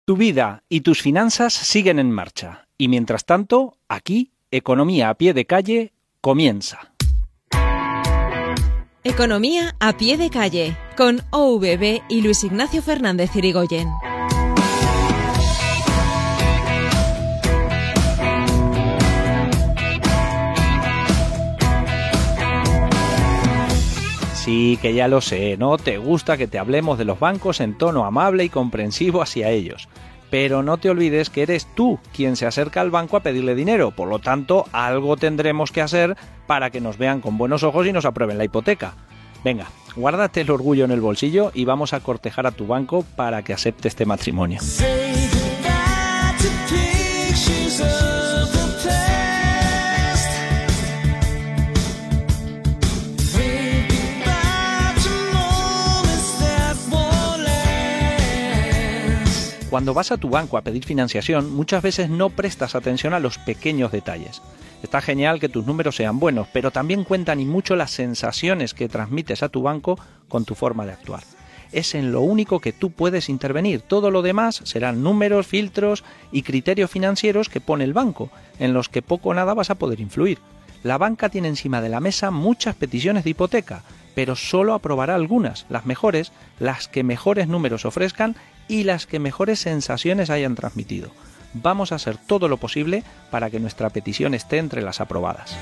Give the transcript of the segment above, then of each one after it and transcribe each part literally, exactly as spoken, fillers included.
Tu vida y tus finanzas siguen en marcha. Y mientras tanto, aquí, Economía a pie de calle comienza. Economía a pie de calle, con O V B y Luis Ignacio Fernández Irigoyen. Sí, que ya lo sé, no te gusta que te hablemos de los bancos en tono amable y comprensivo hacia ellos. Pero no te olvides que eres tú quien se acerca al banco a pedirle dinero, por lo tanto, algo tendremos que hacer para que nos vean con buenos ojos y nos aprueben la hipoteca. Venga, guárdate el orgullo en el bolsillo y vamos a cortejar a tu banco para que acepte este matrimonio. Cuando vas a tu banco a pedir financiación, muchas veces no prestas atención a los pequeños detalles. Está genial que tus números sean buenos, pero también cuentan y mucho las sensaciones que transmites a tu banco con tu forma de actuar. Es en lo único que tú puedes intervenir. Todo lo demás serán números, filtros y criterios financieros que pone el banco, en los que poco o nada vas a poder influir. La banca tiene encima de la mesa muchas peticiones de hipoteca, pero solo aprobará algunas, las mejores, las que mejores números ofrezcan y las que mejores sensaciones hayan transmitido. Vamos a hacer todo lo posible para que nuestra petición esté entre las aprobadas.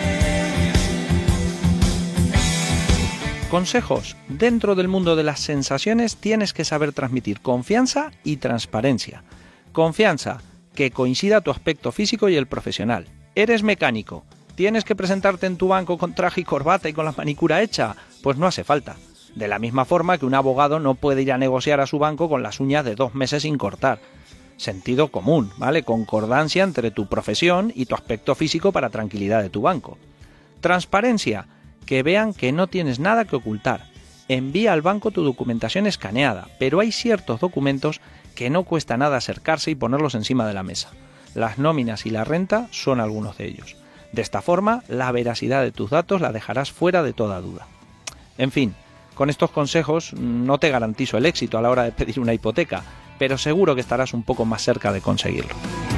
Consejos. Dentro del mundo de las sensaciones tienes que saber transmitir confianza y transparencia. Confianza, que coincida tu aspecto físico y el profesional. Eres mecánico. ¿Tienes que presentarte en tu banco con traje y corbata y con la manicura hecha? Pues no hace falta. De la misma forma que un abogado no puede ir a negociar a su banco con las uñas de dos meses sin cortar. Sentido común, ¿vale? Concordancia entre tu profesión y tu aspecto físico para tranquilidad de tu banco. Transparencia, que vean que no tienes nada que ocultar. Envía al banco tu documentación escaneada, pero hay ciertos documentos que no cuesta nada acercarse y ponerlos encima de la mesa. Las nóminas y la renta son algunos de ellos. De esta forma, la veracidad de tus datos la dejarás fuera de toda duda. En fin, con estos consejos no te garantizo el éxito a la hora de pedir una hipoteca, pero seguro que estarás un poco más cerca de conseguirlo.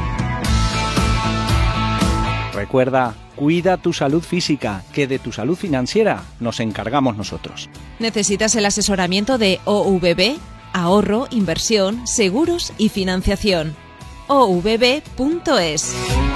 Recuerda, cuida tu salud física, que de tu salud financiera nos encargamos nosotros. ¿Necesitas el asesoramiento de O V B? Ahorro, inversión, seguros y financiación. o v b punto es